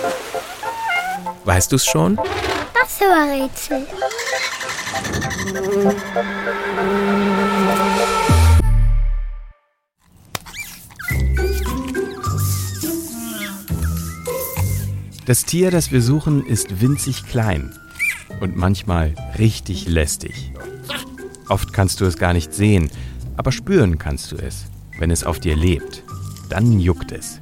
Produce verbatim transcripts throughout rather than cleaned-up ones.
Weißt du's schon? Das war Rätsel. Das Tier, das wir suchen, ist winzig klein und manchmal richtig lästig. Oft kannst du es gar nicht sehen, aber spüren kannst du es, wenn es auf dir lebt. Dann juckt es.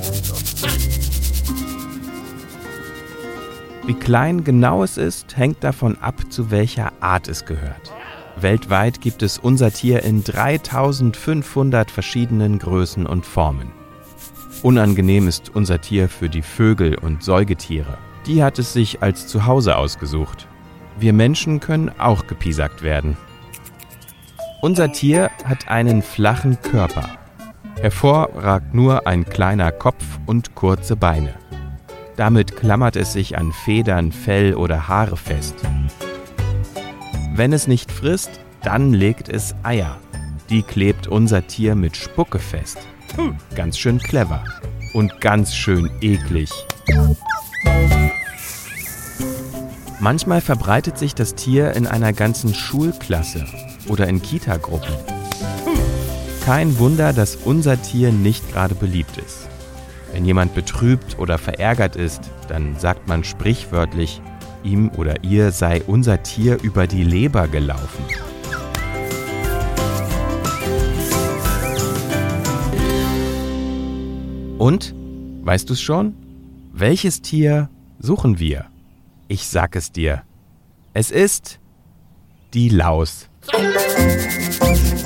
Wie klein genau es ist, hängt davon ab, zu welcher Art es gehört. Weltweit gibt es unser Tier in dreitausendfünfhundert verschiedenen Größen und Formen. Unangenehm ist unser Tier für die Vögel und Säugetiere. Die hat es sich als Zuhause ausgesucht. Wir Menschen können auch gepiesackt werden. Unser Tier hat einen flachen Körper. Hervor ragt nur ein kleiner Kopf und kurze Beine. Damit klammert es sich an Federn, Fell oder Haare fest. Wenn es nicht frisst, dann legt es Eier. Die klebt unser Tier mit Spucke fest. Hm, ganz schön clever und ganz schön eklig. Manchmal verbreitet sich das Tier in einer ganzen Schulklasse oder in Kitagruppen. Kein Wunder, dass unser Tier nicht gerade beliebt ist. Wenn jemand betrübt oder verärgert ist, dann sagt man sprichwörtlich, ihm oder ihr sei unser Tier über die Leber gelaufen. Und, weißt du's schon? Welches Tier suchen wir? Ich sag es dir. Es ist die Laus.